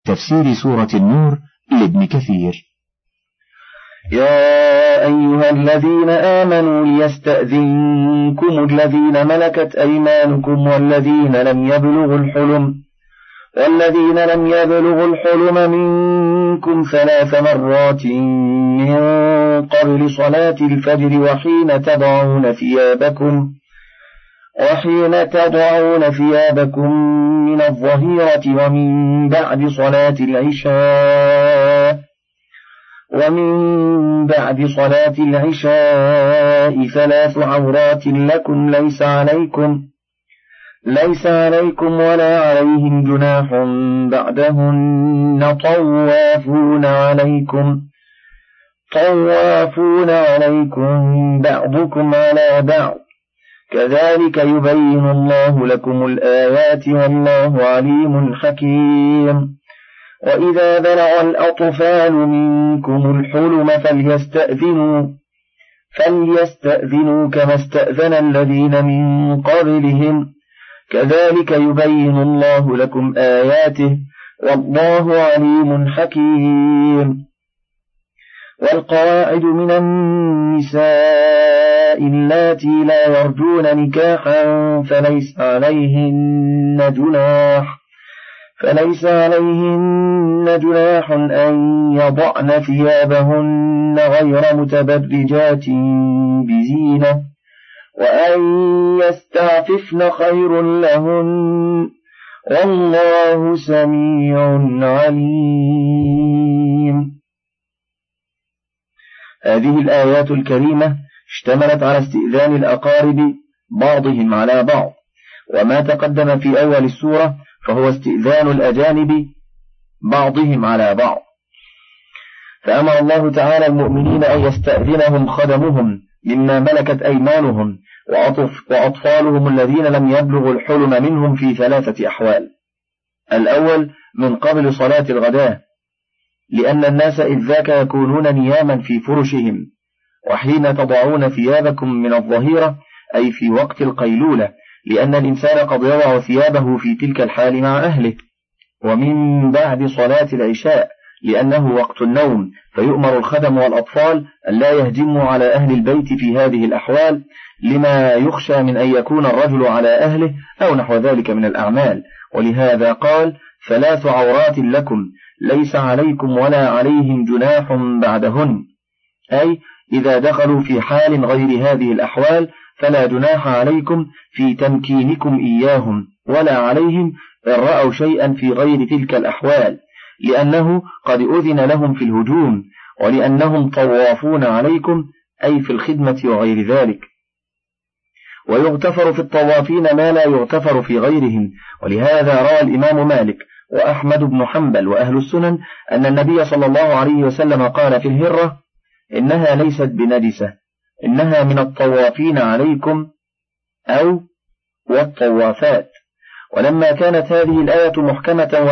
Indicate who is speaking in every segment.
Speaker 1: تفسير سورة النور لابن كثير.
Speaker 2: يا أيها الذين آمنوا ليستأذنكم الذين ملكت أيمانكم والذين لم يبلغوا الحلم منكم 3 مرات من قبل صلاة الفجر وحين تضعون ثيابكم من الظهيرة ومن بعد صلاة العشاء 3 عورات لكم ليس عليكم ولا عليهم جناح بعدهن طوافون عليكم بعضكم على بعض كذلك يبين الله لكم الآيات والله عليم حكيم. وإذا بلغ الأطفال منكم الحلم فليستأذنوا كما استأذن الذين من قبلهم كذلك يبين الله لكم آياته والله عليم حكيم. والقواعد من النساء اللاتي لا يرجون نكاحا فليس عليهن جناح أن يضعن ثيابهن غير متبرجات بزينة وأن يستعففن خير لهن والله سميع عليم. هذه الآيات الكريمة اشتملت على استئذان الأقارب بعضهم على بعض، وما تقدم في أول السورة فهو استئذان الأجانب بعضهم على بعض. فأمر الله تعالى المؤمنين أن يستأذنهم خدمهم مما ملكت أيمانهم وأطفالهم الذين لم يبلغوا الحلم منهم في 3 أحوال. الأول من قبل صلاة الغداء، لأن الناس إذ ذاك يكونون نياما في فرشهم، وحين تضعون ثيابكم من الظهيرة أي في وقت القيلولة، لأن الإنسان قد يضع ثيابه في تلك الحال مع أهله. ومن بعد صلاة العشاء لأنه وقت النوم، فيؤمر الخدم والأطفال أن لا يهجموا على أهل البيت في هذه الأحوال لما يخشى من أن يكون الرجل على أهله أو نحو ذلك من الأعمال. ولهذا قال 3 عورات لكم ليس عليكم ولا عليهم جناح بعدهن، أي إذا دخلوا في حال غير هذه الأحوال فلا جناح عليكم في تمكينكم إياهم ولا عليهم إن رأوا شيئا في غير تلك الأحوال، لأنه قد أذن لهم في الهجوم ولأنهم طوافون عليكم أي في الخدمة وغير ذلك. ويغتفر في الطوافين ما لا يغتفر في غيرهم. ولهذا روى الإمام مالك وأحمد بن حنبل وأهل السنن أن النبي صلى الله عليه وسلم قال في الهرة إنها ليست بنجسة، إنها من الطوافين عليكم أو والطوافات. ولما كانت هذه الآية محكمة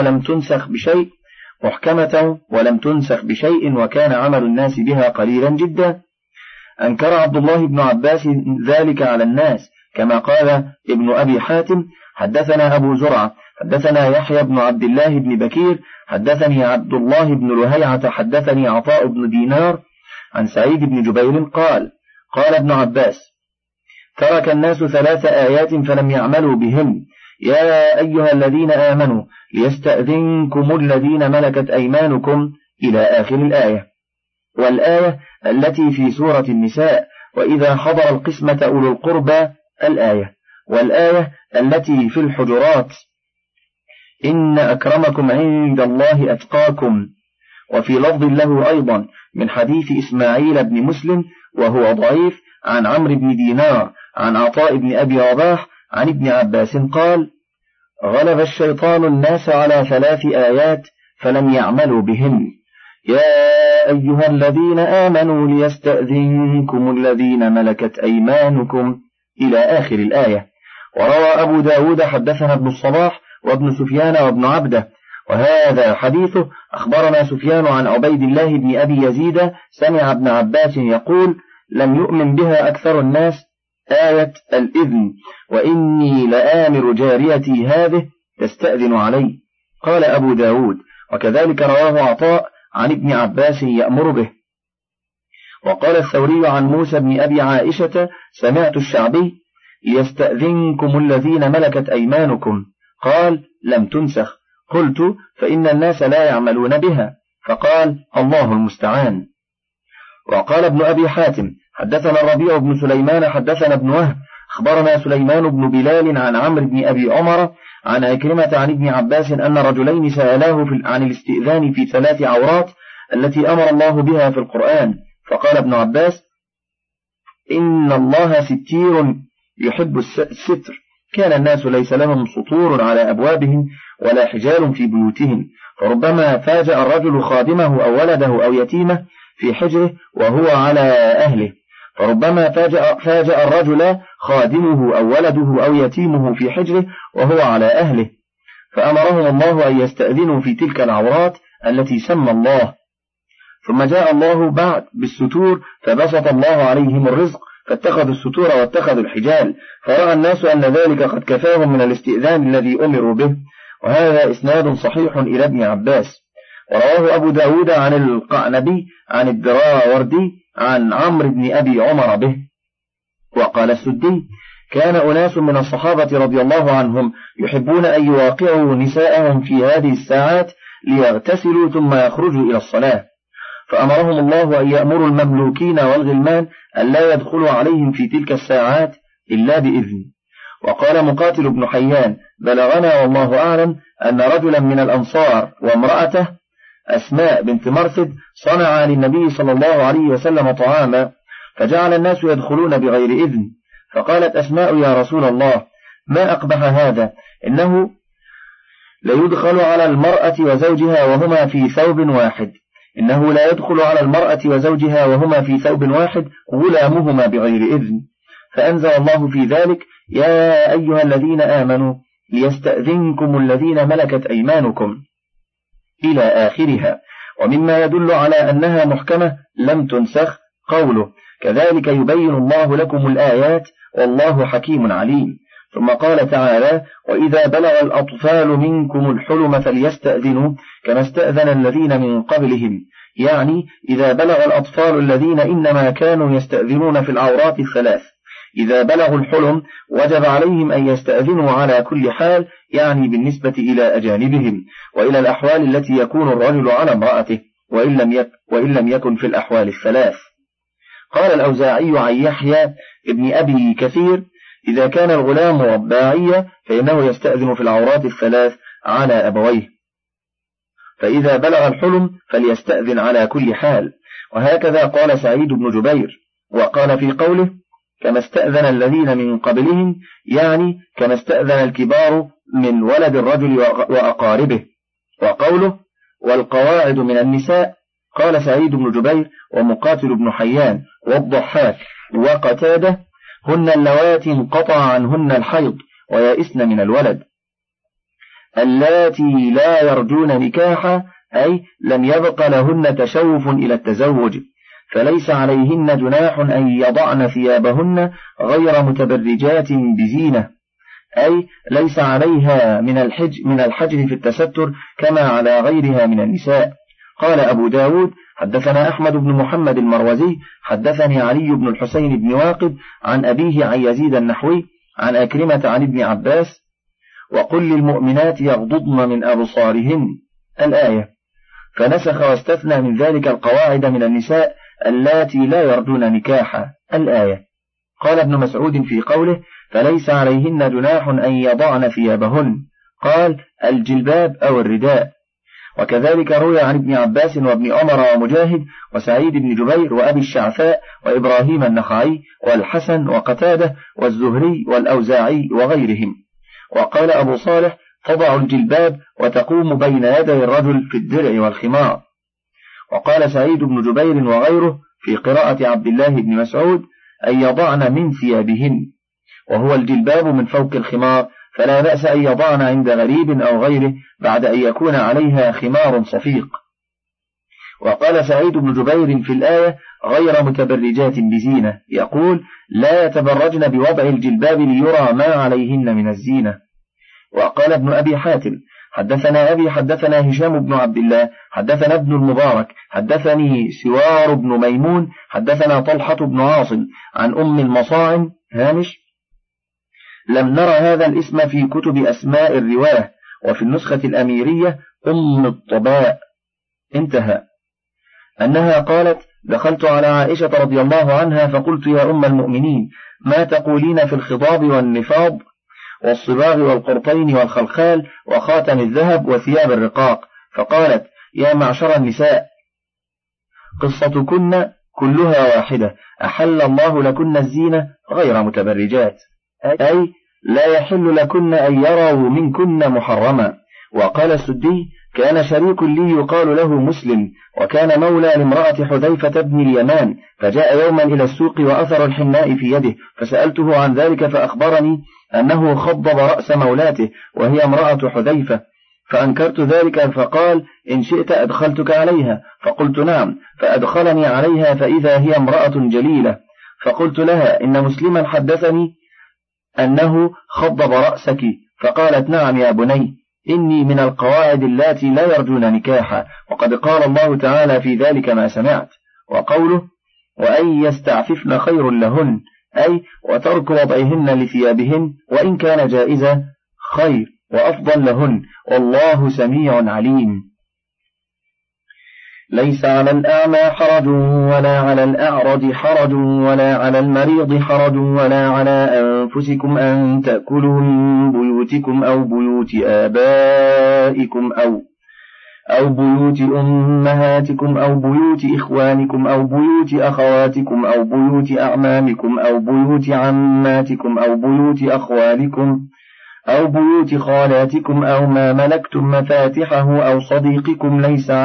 Speaker 2: ولم تنسخ بشيء وكان عمل الناس بها قليلا جدا، أنكر عبد الله بن عباس ذلك على الناس، كما قال ابن أبي حاتم حدثنا أبو زرعة حدثنا يحيى بن عبد الله بن بكير حدثني عبد الله بن لهيعة حدثني عطاء بن دينار عن سعيد بن جبير قال ابن عباس ترك الناس 3 آيات فلم يعملوا بهن: يا أيها الذين آمنوا ليستأذنكم الذين ملكت أيمانكم إلى آخر الآية. والآية التي في سورة النساء وإذا حضر القسمة أولو القربى الآية. والآية التي في الحجرات إن أكرمكم عند الله أتقاكم. وفي لفظ له أيضا من حديث إسماعيل بن مسلم وهو ضعيف عن عمرو بن دينار عن عطاء بن أبي رباح عن ابن عباس قال: غلب الشيطان الناس على 3 آيات فلم يعملوا بهن: يا أيها الذين آمنوا ليستأذنكم الذين ملكت أيمانكم إلى آخر الآية. وروى أبو داود حدثنا ابن الصباح وابن سفيان وابن عبده، وهذا حديثه: أخبرنا سفيان عن عبيد الله بن أبي يزيد سمع ابن عباس يقول: لم يؤمن بها أكثر الناس آية الإذن، وإني لآمر جاريتي هذه تستأذن علي. قال أبو داود: وكذلك رواه عطاء عن ابن عباس يأمر به. وقال الثوري عن موسى بن أبي عائشة سمعت الشعبي ليستأذنكم الذين ملكت أيمانكم، قال لم تنسخ. قلت فإن الناس لا يعملون بها، فقال الله المستعان. وقال ابن أبي حاتم حدثنا الربيع بن سليمان حدثنا ابن وهب أخبرنا سليمان بن بلال عن عمرو بن أبي عمر عن عكرمة عن ابن عباس أن رجلين سألاه عن الاستئذان في 3 عورات التي أمر الله بها في القرآن، فقال ابن عباس إن الله ستير يحب الستر، كان الناس ليس لهم سطور على أبوابهم ولا حجال في بيوتهم، فربما فاجأ الرجل خادمه أو ولده أو يتيمه في حجره وهو على أهله، فربما فاجأ الرجل خادمه أو ولده أو يتيمه في حجره وهو على أهله، فأمرهم الله أن يستأذنوا في تلك العورات التي سمى الله. ثم جاء الله بعد بالستور فبسط الله عليهم الرزق فاتخذوا الستور واتخذوا الحجال، فرأى الناس أن ذلك قد كفاهم من الاستئذان الذي أمروا به. وهذا إسناد صحيح إلى ابن عباس. ورواه أبو داود عن القعنبي عن الدراوردي عن عمرو بن أبي عمر به. وقال السدي كان أناس من الصحابة رضي الله عنهم يحبون أن يواقعوا نساءهم في هذه الساعات ليغتسلوا ثم يخرجوا إلى الصلاة، فأمرهم الله أن يأمروا المملوكين والغلمان أن لا يدخلوا عليهم في تلك الساعات إلا بإذن. وقال مقاتل بن حيان بلغنا والله أعلم أن رجلا من الأنصار وامرأته أسماء بنت مرثد صنع للنبي صلى الله عليه وسلم طعاما، فجعل الناس يدخلون بغير إذن، فقالت أسماء يا رسول الله ما أقبح هذا، إنه ليدخل على المرأة وزوجها وهما في ثوب واحد، إنه لا يدخل على المرأة وزوجها وهما في ثوب واحد غلامهما بغير إذن، فأنزل الله في ذلك يا أيها الذين آمنوا ليستأذنكم الذين ملكت أيمانكم إلى آخرها. ومما يدل على أنها محكمة لم تنسخ قوله كذلك يبين الله لكم الآيات والله حكيم عليم. ثم قال تعالى وإذا بلغ الأطفال منكم الحلم فليستأذنوا كما استأذن الذين من قبلهم، يعني إذا بلغ الأطفال الذين إنما كانوا يستأذنون في العورات 3 إذا بلغوا الحلم وجب عليهم أن يستأذنوا على كل حال، يعني بالنسبة إلى أجانبهم وإلى الأحوال التي يكون الرجل على امرأته وإن لم يكن في الأحوال 3. قال الأوزاعي عن يحيى ابن أبي كثير إذا كان الغلام رباعيا فإنه يستأذن في العورات 3 على أبويه، فإذا بلغ الحلم فليستأذن على كل حال. وهكذا قال سعيد بن جبير. وقال في قوله كما استأذن الذين من قبلهم، يعني كما استأذن الكبار من ولد الرجل وأقاربه. وقوله والقواعد من النساء قال سعيد بن جبير ومقاتل بن حيان والضحاك وقتادة هن اللواتي انقطع عنهن الحيض ويئسن من الولد، اللاتي لا يرجون نكاحا أي لم يبق لهن تشوف إلى التزوج، فليس عليهن جناح أن يضعن ثيابهن غير متبرجات بزينة، أي ليس عليها من الحجر في التستر كما على غيرها من النساء. قال أبو داود حدثنا أحمد بن محمد المروزي حدثني علي بن الحسين بن واقد عن أبيه عن يزيد النحوي عن أكرمة عن ابن عباس وقل للمؤمنات يغضضن من أبصارهن الآية، فنسخ واستثنى من ذلك القواعد من النساء اللاتي لا يرجون نكاحا الآية. قال ابن مسعود في قوله فليس عليهن جناح أن يضعن ثيابهن قال الجلباب أو الرداء. وكذلك روي عن ابن عباس وابن عمر ومجاهد وسعيد بن جبير وأبي الشعثاء وإبراهيم النخعي والحسن وقتادة والزهري والأوزاعي وغيرهم. وقال أبو صالح تضع الجلباب وتقوم بين يدي الرجل في الدرع والخمار. وقال سعيد بن جبير وغيره في قراءة عبد الله بن مسعود أن يضعن من ثيابهن، وهو الجلباب من فوق الخمار، فلا بأس أن يضعن عند غريب أو غيره بعد أن يكون عليها خمار صفيق. وقال سعيد بن جبير في الآية غير متبرجات بزينة، يقول لا يتبرجن بوضع الجلباب ليرى ما عليهن من الزينة. وقال ابن أبي حاتم حدثنا أبي حدثنا هشام بن عبد الله حدثنا ابن المبارك حدثني سوار بن ميمون حدثنا طلحة بن عاصم عن أم المصاعم هامش: لم نرى هذا الاسم في كتب أسماء الرواية، وفي النسخة الأميرية أم الطباء. انتهى. أنها قالت: دخلت على عائشة رضي الله عنها فقلت: يا أم المؤمنين، ما تقولين في الخضاب والنفاض والصباغ والقرطين والخلخال وخاتم الذهب وثياب الرقاق؟ فقالت: يا معشر النساء، قصتكن كلها واحدة، أحل الله لكن الزينة غير متبرجات، أي لا يحل لكن أن يروا منكن محرما. وقال السدي: كان شريك لي يقال له مسلم، وكان مولى لامرأة حذيفة بن اليمان، فجاء يوما إلى السوق وأثر الحناء في يده، فسألته عن ذلك فأخبرني أنه خضب رأس مولاته وهي امرأة حذيفة، فأنكرت ذلك، فقال: إن شئت أدخلتك عليها. فقلت: نعم. فأدخلني عليها فإذا هي امرأة جليلة، فقلت لها: إن مسلما حدثني أنه خضب رأسك. فقالت: نعم يا بني، إني من القواعد اللاتي لا يرجون نكاحا، وقد قال الله تعالى في ذلك ما سمعت. وقوله: وأن يستعففن خير لهن، أي وترك وضعهن لثيابهن وإن كان جائزة خير وأفضل لهن، والله سميع عليم. ليس على الأعمى حرج ولا على الأعرج حرج ولا على المريض حرج ولا على أنفسكم أن تأكلوا من بيوتكم أو بيوت آبائكم أو بيوت أمهاتكم أو بيوت إخوانكم أو بيوت أخواتكم أو بيوت أعمامكم أو بيوت عماتكم أو بيوت أخوالكم أو بيوت خالاتكم أو ما ملكتم مفاتحه أو صديقكم.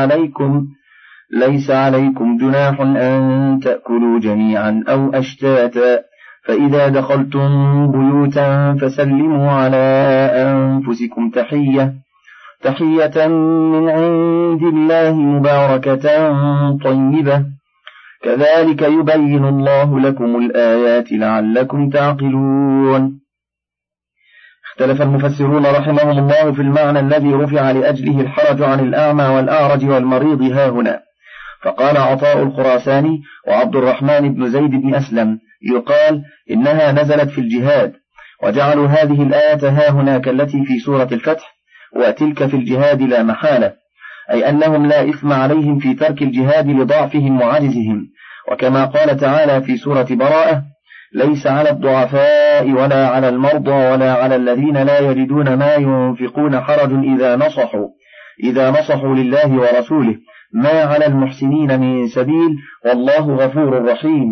Speaker 2: ليس عليكم جناح أن تأكلوا جميعا أو أشتاتا، فإذا دخلتم بيوتا فسلموا على أنفسكم تحية من عند الله مباركة طيبة، كذلك يبين الله لكم الآيات لعلكم تعقلون. اختلف المفسرون رحمهم الله في المعنى الذي رفع لأجله الحرج عن الأعمى والأعرج والمريض هاهنا. فقال عطاء الخراساني وعبد الرحمن بن زيد بن أسلم: يقال إنها نزلت في الجهاد، وجعلوا هذه الآية هاهنا كالتي في سورة الفتح: وتلك في الجهاد لا محالة، أي أنهم لا إثم عليهم في ترك الجهاد لضعفهم وعجزهم. وكما قال تعالى في سورة براءة: ليس على الضعفاء ولا على المرضى ولا على الذين لا يجدون ما ينفقون حرج إذا نصحوا لله ورسوله، ما على المحسنين من سبيل والله غفور رحيم.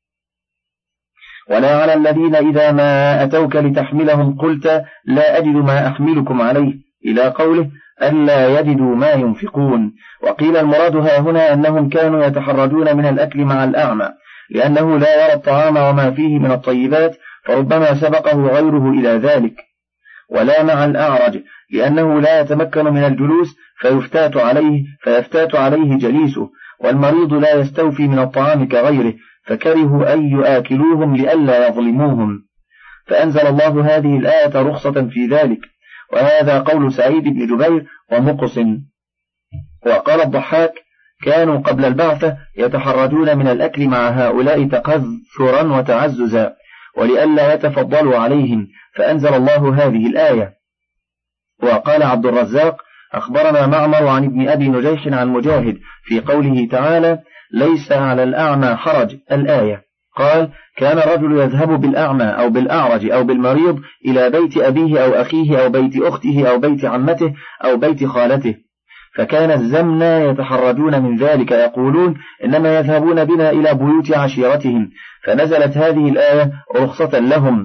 Speaker 2: ولا على الذين إذا ما أتوك لتحملهم قلت لا أجد ما أحملكم عليه، إلى قوله ألا يجدوا ما ينفقون. وقيل المراد هنا أنهم كانوا يتحرجون من الأكل مع الأعمى، لأنه لا يرى الطعام وما فيه من الطيبات، فربما سبقه غيره إلى ذلك. ولا مع الأعرج، لأنه لا يتمكن من الجلوس فيفتات عليه جليسه، والمريض لا يستوفي من الطعام كغيره، فكرهوا أن يآكلوهم لئلا يظلموهم، فأنزل الله هذه الآية رخصة في ذلك. وهذا قول سعيد بن جبير ومقسم. وقال الضحاك: كانوا قبل البعثة يتحرجون من الأكل مع هؤلاء تكثرا وتعززا، ولئلا يتفضلوا عليهم، فأنزل الله هذه الآية. وقال عبد الرزاق: أخبرنا معمر عن ابن أبي نجيح عن مجاهد في قوله تعالى: ليس على الأعمى حرج، الآية. قال: كان الرجل يذهب بالأعمى أو بالأعرج أو بالمريض إلى بيت أبيه أو أخيه أو بيت أخته أو بيت عمته أو بيت خالته، فكان الزمن يتحرجون من ذلك، يقولون إنما يذهبون بنا إلى بيوت عشيرتهم، فنزلت هذه الآية رخصة لهم.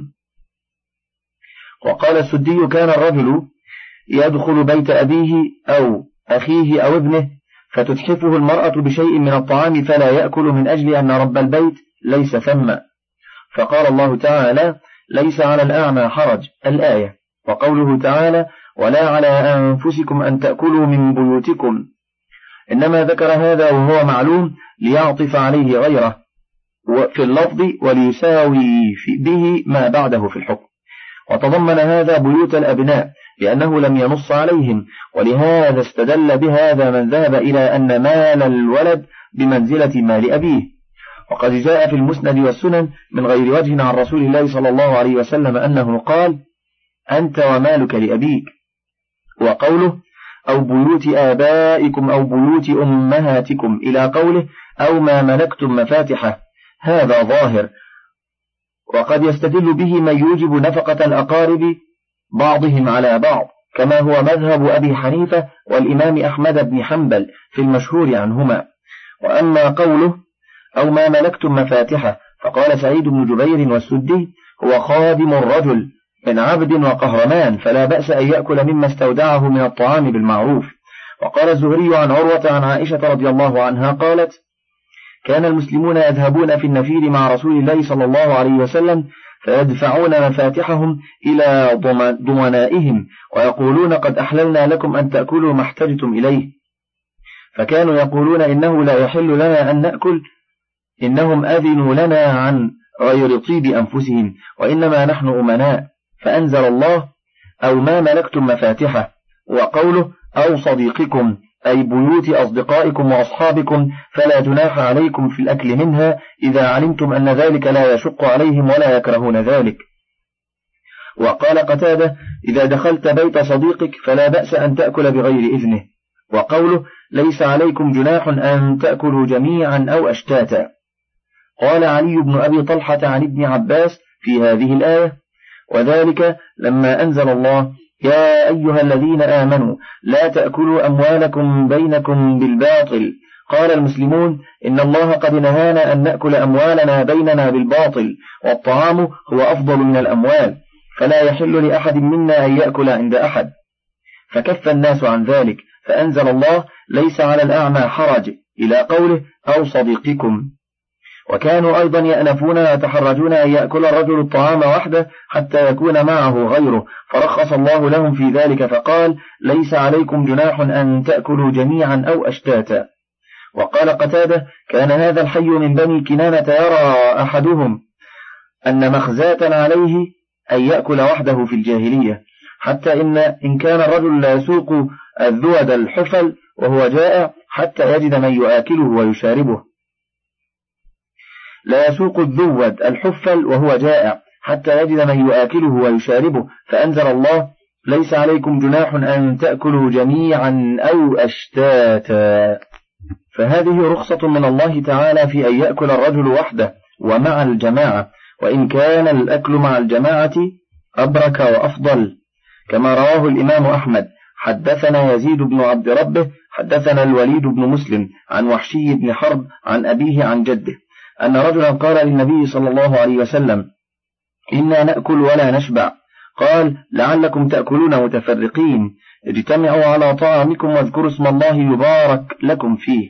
Speaker 2: وقال السدي: كان الرجل يدخل بيت أبيه أو أخيه أو ابنه فتتحفه المرأة بشيء من الطعام فلا يأكل من أجل أن رب البيت ليس ثم، فقال الله تعالى: ليس على الأعمى حرج، الآية. وقوله تعالى: ولا على أنفسكم أن تأكلوا من بيوتكم، إنما ذكر هذا وهو معلوم ليعطف عليه غيره في اللفظ وليساوي به ما بعده في الحكم. وتضمن هذا بيوت الأبناء، لأنه لم ينص عليهم، ولهذا استدل بهذا من ذهب إلى أن مال الولد بمنزلة مال أبيه. وقد جاء في المسند والسنن من غير وجه عن رسول الله صلى الله عليه وسلم أنه قال: أنت ومالك لأبيك. وقوله: أو بيوت آبائكم أو بيوت أمهاتكم إلى قوله: أو ما ملكتم مفاتحه، هذا ظاهر، وقد يستدل به من يوجب نفقة الأقارب بعضهم على بعض، كما هو مذهب أبي حنيفة والإمام أحمد بن حنبل في المشهور عنهما. وأما قوله: أو ما ملكتم مفاتحه، فقال سعيد بن جبير والسدي: هو خادم الرجل من عبد وقهرمان، فلا بأس أن يأكل مما استودعه من الطعام بالمعروف. وقال الزهري عن عروة عن عائشة رضي الله عنها قالت: كان المسلمون يذهبون في النفير مع رسول الله صلى الله عليه وسلم فيدفعون مفاتحهم إلى ضمنائهم ويقولون: قد أحللنا لكم أن تأكلوا ما احتجتم إليه. فكانوا يقولون: إنه لا يحل لنا أن نأكل، إنهم أذنوا لنا عن غير طيب أنفسهم، وإنما نحن أمناء. فأنزل الله: أو ما ملكتم مفاتحه. وقوله: أو صديقكم، أي بيوت أصدقائكم وأصحابكم، فلا جناح عليكم في الأكل منها إذا علمتم أن ذلك لا يشق عليهم ولا يكرهون ذلك. وقال قتادة: إذا دخلت بيت صديقك فلا بأس أن تأكل بغير إذنه. وقوله: ليس عليكم جناح أن تأكلوا جميعا أو أشتاتا. قال علي بن أبي طلحة عن ابن عباس في هذه الآية: وذلك لما أنزل الله: يا أيها الذين آمنوا لا تأكلوا أموالكم بينكم بالباطل. قال المسلمون: إن الله قد نهانا أن نأكل أموالنا بيننا بالباطل، والطعام هو أفضل من الأموال، فلا يحل لأحد منا أن يأكل عند أحد. فكف الناس عن ذلك، فأنزل الله: ليس على الأعمى حرج، إلى قوله: أو صديقكم. وكانوا أيضا يأنفون ويتحرجون أن يأكل الرجل الطعام وحده حتى يكون معه غيره، فرخص الله لهم في ذلك فقال: ليس عليكم جناح أن تأكلوا جميعا أو أشتاتا. وقال قتادة: كان هذا الحي من بني كنانة يرى أحدهم أن مخزاة عليه أن يأكل وحده في الجاهلية، حتى إن كان الرجل لا يسوق الذود الحفل وهو جائع حتى يجد من يؤكله ويشاربه. لا يسوق الذود الحفل وهو جائع حتى يجد من يؤكله ويشاربه، فأنزل الله: ليس عليكم جناح أن تأكلوا جميعا أو أشتاتا. فهذه رخصة من الله تعالى في أن يأكل الرجل وحده ومع الجماعة، وإن كان الأكل مع الجماعة أبرك وأفضل، كما رواه الإمام أحمد: حدثنا يزيد بن عبد ربه حدثنا الوليد بن مسلم عن وحشي بن حرب عن أبيه عن جده أن رجلا قال للنبي صلى الله عليه وسلم: إنا نأكل ولا نشبع. قال: لعلكم تأكلون متفرقين، اجتمعوا على طعامكم واذكروا اسم الله يبارك لكم فيه.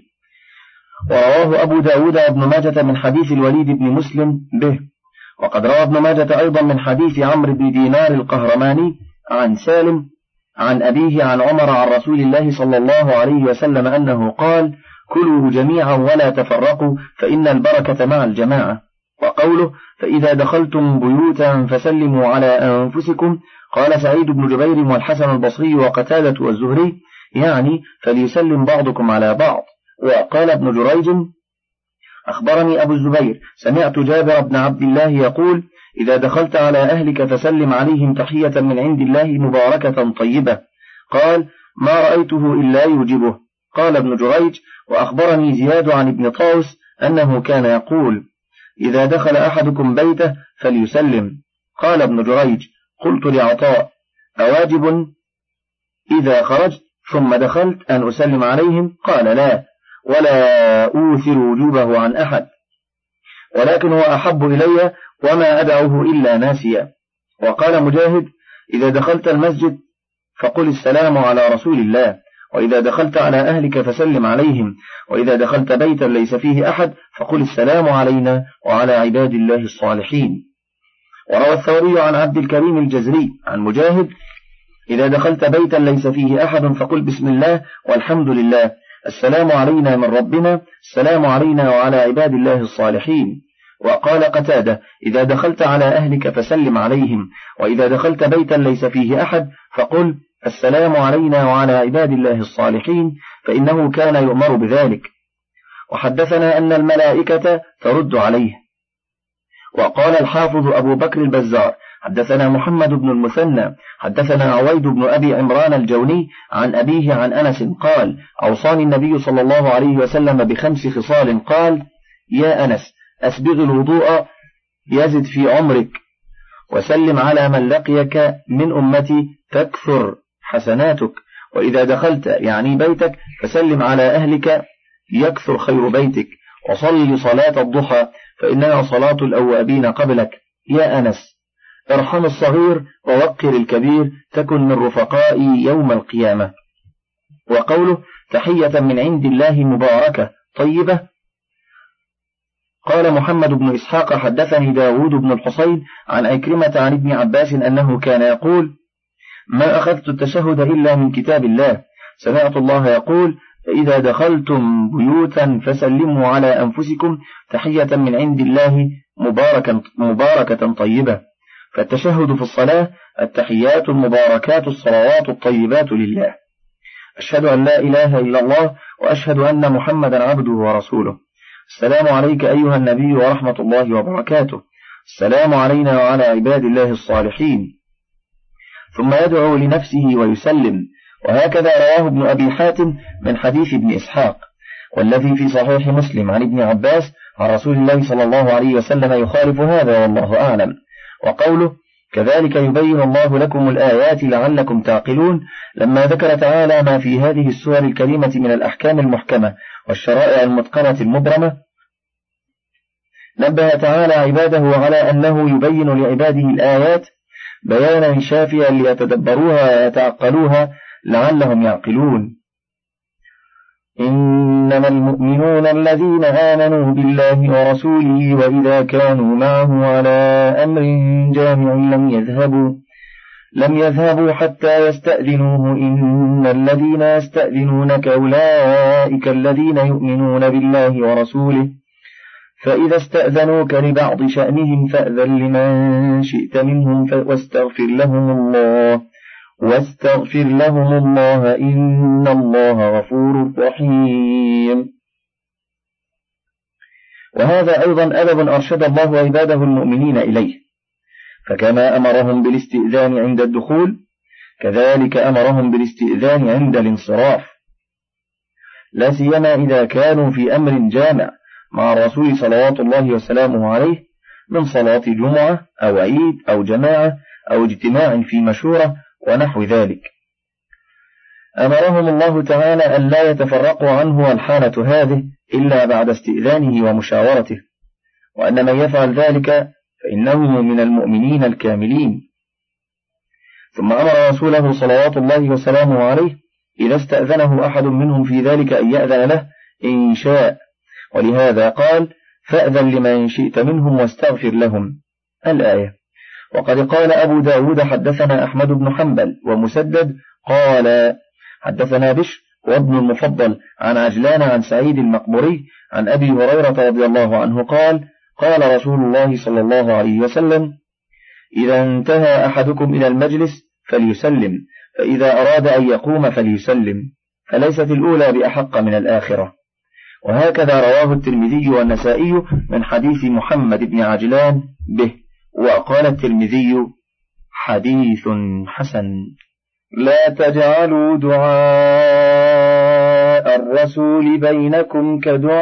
Speaker 2: ورواه أبو داود وابن ماجة من حديث الوليد بن مسلم به. وقد روى ابن ماجة أيضا من حديث عمرو بن دينار القهرماني عن سالم عن أبيه عن عمر عن رسول الله صلى الله عليه وسلم أنه قال: كلوا جميعا ولا تفرقوا، فإن البركة مع الجماعة. وقوله: فإذا دخلتم بيوتا فسلموا على أنفسكم، قال سعيد بن جبير والحسن البصري وقتادة والزهري: يعني فليسلم بعضكم على بعض. وقال ابن جريج: أخبرني أبو الزبير سمعت جابر بن عبد الله يقول: إذا دخلت على أهلك فسلم عليهم تحية من عند الله مباركة طيبة. قال: ما رأيته إلا يوجبه. قال ابن جريج: وأخبرني زياد عن ابن طاوس أنه كان يقول: إذا دخل أحدكم بيته فليسلم. قال ابن جريج: قلت لعطاء: أواجب إذا خرجت ثم دخلت أن أسلم عليهم؟ قال: لا، ولا أوثر وجوبه عن أحد، ولكن هو أحب إلي وما أدعوه إلا ناسيا. وقال مجاهد: إذا دخلت المسجد فقل السلام على رسول الله، وإذا دخلت على أهلك فسلم عليهم، وإذا دخلت بيتا ليس فيه أحد فقل السلام علينا وعلى عباد الله الصالحين. وروى الثوري عن عبد الكريم الجزري عن مجاهد: إذا دخلت بيتا ليس فيه أحد فقل بسم الله والحمد لله، السلام علينا من ربنا، السلام علينا وعلى عباد الله الصالحين. وقال قتادة: إذا دخلت على أهلك فسلم عليهم، وإذا دخلت بيتا ليس فيه أحد فقل: السلام علينا وعلى عباد الله الصالحين، فإنه كان يؤمر بذلك. وحدثنا أن الملائكة ترد عليه. وقال الحافظ أبو بكر البزار: حدثنا محمد بن المثنى حدثنا عويد بن أبي عمران الجوني عن أبيه عن أنس قال: أوصاني النبي صلى الله عليه وسلم ب5 خصال، قال: يا أنس، أسبغ الوضوء يزد في عمرك، وسلم على من لقيك من أمتي تكثر حسناتك، وإذا دخلت يعني بيتك فسلم على أهلك يكثر خير بيتك، وصل صلاة الضحى فإنها صلاة الأوابين قبلك. يا أنس، ارحم الصغير ووقر الكبير، تكن من رفقائي يوم القيامة. وقوله: تحية من عند الله مباركة طيبة. قال محمد بن إسحاق: حدثني داود بن الحصين عن عكرمة عن ابن عباس أنه كان يقول: ما أخذت التشهد إلا من كتاب الله، سمعت الله يقول: فإذا دخلتم بيوتا فسلموا على أنفسكم تحية من عند الله مباركة طيبة. فالتشهد في الصلاة التحيات المباركات الصلوات الطيبات لله. أشهد أن لا إله إلا الله، وأشهد أن محمدا عبده ورسوله. السلام عليك أيها النبي ورحمة الله وبركاته. السلام علينا وعلى عباد الله الصالحين. ثم يدعو لنفسه ويسلم. وهكذا رواه ابن أبي حاتم من حديث ابن إسحاق، والذي في صحيح مسلم عن ابن عباس عن رسول الله صلى الله عليه وسلم يخالف هذا، والله أعلم. وقوله: كذلك يبين الله لكم الآيات لعلكم تعقلون، لما ذكر تعالى ما في هذه السور الكريمة من الأحكام المحكمة والشرائع المتقنة المبرمة، نبه تعالى عباده على أنه يبين لعباده الآيات بيانا شافيا ليتدبروها ويتعقلوها لعلهم يعقلون. إنما المؤمنون الذين آمنوا بالله ورسوله وإذا كانوا معه على أمر جامع لم يذهبوا حتى يستأذنوه، إن الذين يستأذنونك أولئك الذين يؤمنون بالله ورسوله، فإذا استأذنوك لبعض شأنهم فأذن لمن شئت منهم واستغفر لهم الله إن الله غفور رحيم. وهذا أيضا أدب أرشد الله عباده المؤمنين إليه، فكما أمرهم بالاستئذان عند الدخول كذلك أمرهم بالاستئذان عند الانصراف، لا سيما إذا كانوا في أمر جامع مع الرسول صلوات الله وسلامه عليه من صلاة جمعة أو عيد أو جماعة أو اجتماع في مشورة ونحو ذلك. أمرهم الله تعالى أن لا يتفرقوا عنه والحالة هذه إلا بعد استئذانه ومشاورته، وأن من يفعل ذلك فإنه من المؤمنين الكاملين. ثم أمر رسوله صلوات الله وسلامه عليه إذا استأذنه أحد منهم في ذلك أن يأذن له إن شاء، ولهذا قال: فأذن لمن شئت منهم واستغفر لهم الآية. وقد قال أبو داود: حدثنا أحمد بن حنبل ومسدد قال حدثنا بشر وابن المفضل عن عجلان عن سعيد المقبري عن أبي هريرة رضي الله عنه قال: قال رسول الله صلى الله عليه وسلم: إذا انتهى أحدكم إلى المجلس فليسلم، فإذا أراد أن يقوم فليسلم، فليست الأولى بأحق من الآخرة. وهكذا رواه الترمذي والنسائي من حديث محمد بن عجلان به. وقال الترمذي: حديث حسن. لا تجعلوا دعاء الرسول بينكم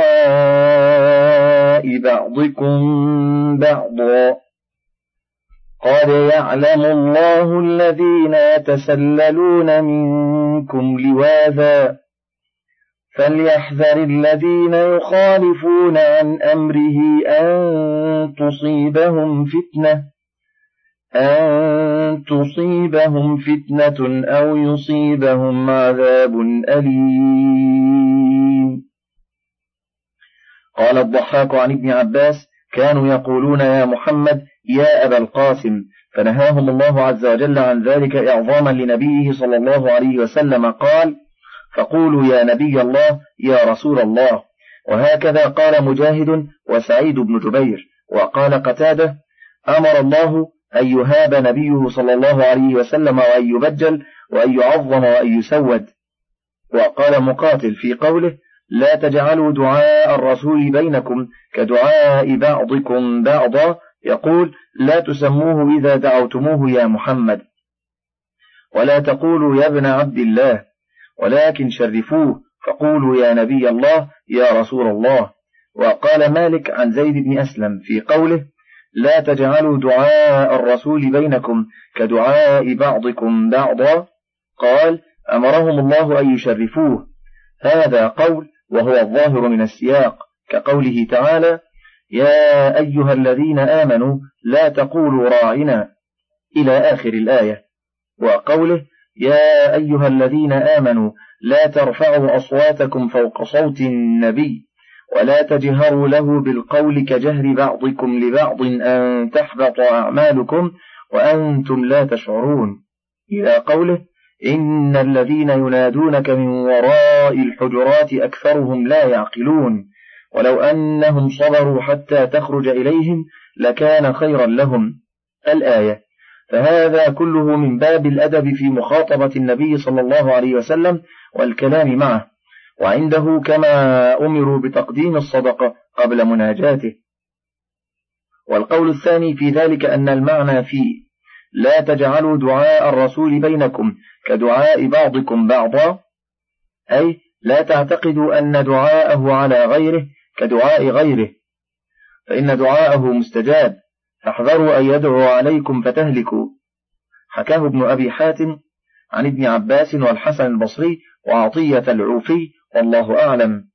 Speaker 2: كدعاء بعضكم بعضا، قد يعلم الله الذين يتسللون منكم لواذا، فليحذر الذين يخالفون عن أمره أن تصيبهم فتنة أو يصيبهم عذاب أليم. قال الضحاك عن ابن عباس: كانوا يقولون يا محمد يا أبا القاسم، فنهاهم الله عز وجل عن ذلك إعظاما لنبيه صلى الله عليه وسلم، قال: فقولوا يا نبي الله يا رسول الله. وهكذا قال مجاهد وسعيد بن جبير: وقال قتادة: أمر الله أن يهاب نبيه صلى الله عليه وسلم وأن يبجل وأن يعظم وأن يسود. وقال مقاتل في قوله: لا تجعلوا دعاء الرسول بينكم كدعاء بعضكم بعضا، يقول: لا تسموه إذا دعوتموه يا محمد، ولا تقولوا يا ابن عبد الله، ولكن شرفوه فقولوا يا نبي الله يا رسول الله. وقال مالك عن زيد بن أسلم في قوله: لا تجعلوا دعاء الرسول بينكم كدعاء بعضكم بعضا، قال: أمرهم الله أن يشرفوه. هذا قول وهو الظاهر من السياق، كقوله تعالى: يا أيها الذين آمنوا لا تقولوا راعنا إلى آخر الآية. وقوله: يا أيها الذين آمنوا لا ترفعوا أصواتكم فوق صوت النبي ولا تجهروا له بالقول كجهر بعضكم لبعض أن تحبط أعمالكم وأنتم لا تشعرون، إلى قوله: إن الذين ينادونك من وراء الحجرات أكثرهم لا يعقلون، ولو أنهم صبروا حتى تخرج إليهم لكان خيرا لهم. الآية. فهذا كله من باب الأدب في مخاطبة النبي صلى الله عليه وسلم والكلام معه، وعنده كما أمروا بتقديم الصدقة قبل مناجاته. والقول الثاني في ذلك أن المعنى فيه لا تجعلوا دعاء الرسول بينكم كدعاء بعضكم بعضا، أي لا تعتقدوا أن دعاءه على غيره كدعاء غيره، فإن دعاءه مستجاب، فاحذروا أن يدعو عليكم فتهلكوا. حكاه ابن أبي حاتم عن ابن عباس والحسن البصري وعطية العوفي، والله أعلم.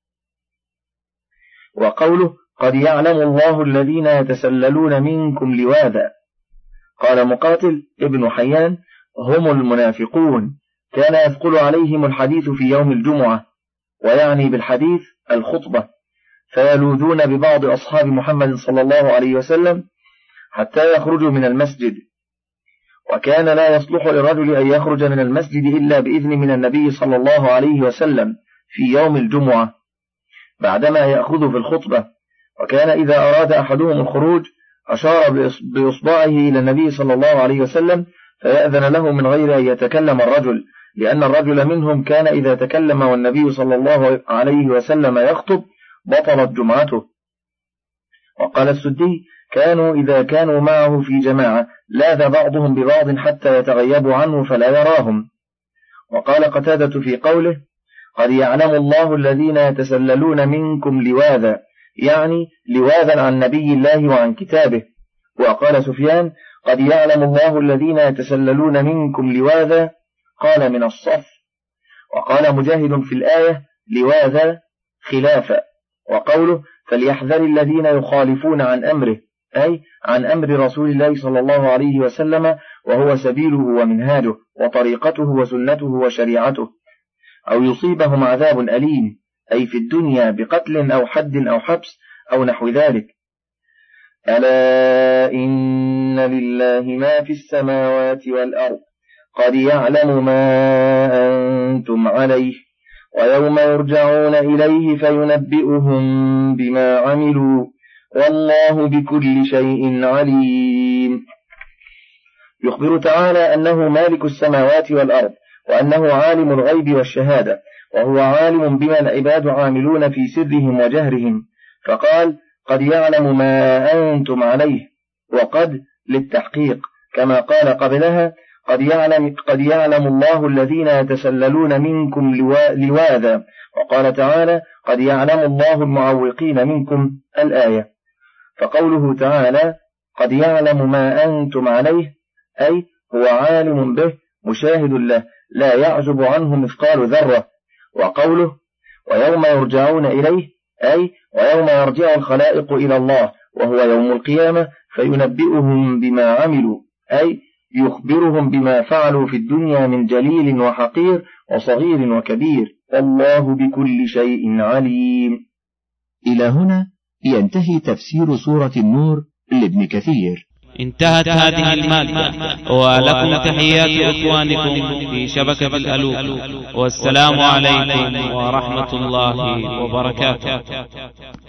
Speaker 2: وقوله: قد يعلم الله الذين يتسللون منكم لواذا، قال مقاتل ابن حيان: هم المنافقون، كان يثقل عليهم الحديث في يوم الجمعة، ويعني بالحديث الخطبة، فيلوذون ببعض أصحاب محمد صلى الله عليه وسلم حتى يخرجوا من المسجد، وكان لا يصلح للرجل أن يخرج من المسجد إلا بإذن من النبي صلى الله عليه وسلم في يوم الجمعة بعدما يأخذ في الخطبة، وكان إذا أراد أحدهم الخروج أشار بإصبعه إلى النبي صلى الله عليه وسلم فيأذن له من غير أن يتكلم الرجل، لأن الرجل منهم كان إذا تكلم والنبي صلى الله عليه وسلم يخطب بطلت جمعته. وقال السدي: كانوا إذا كانوا معه في جماعة لاذ بعضهم ببعض حتى يتغيبوا عنه فلا يراهم. وقال قتادة في قوله: قد يعلم الله الذين يتسللون منكم لواذا، يعني لواذا عن نبي الله وعن كتابه. وقال سفيان: قد يعلم الله الذين يتسللون منكم لواذا، قال من الصف. وقال مجاهد في الآية: لواذا خلافا. وقوله: فليحذر الذين يخالفون عن أمره، أي عن أمر رسول الله صلى الله عليه وسلم، وهو سبيله ومنهاجه وطريقته وسنته وشريعته، أو يصيبهم عذاب أليم، أي في الدنيا بقتل أو حد أو حبس أو نحو ذلك. ألا إن لله ما في السماوات والأرض، قد يعلم ما أنتم عليه، ويوم يرجعون إليه فينبئهم بما عملوا، والله بكل شيء عليم. يخبر تعالى أنه مالك السماوات والأرض، وأنه عالم الغيب والشهادة، وهو عالم بما العباد عاملون في سرهم وجهرهم، فقال: قد يعلم ما أنتم عليه، وقد للتحقيق، كما قال قبلها: قد يعلم الله الذين يتسللون منكم لواذا، وقال تعالى: قد يعلم الله المعوقين منكم، الآية. فقوله تعالى: قد يعلم ما أنتم عليه، أي هو عالم به مشاهد له لا يعزب عنه مثقال ذرة. وقوله: ويوم يرجعون إليه، أي ويوم يرجع الخلائق إلى الله وهو يوم القيامة فينبئهم بما عملوا، أي يخبرهم بما فعلوا في الدنيا من جليل وحقير وصغير وكبير، والله بكل شيء عليم.
Speaker 1: إلى هنا ينتهي تفسير سورة النور لابن كثير.
Speaker 3: انتهت هذه المادة، ولكم تحيات إخوانكم في شبكة الألوف، والسلام عليكم ورحمة الله وبركاته.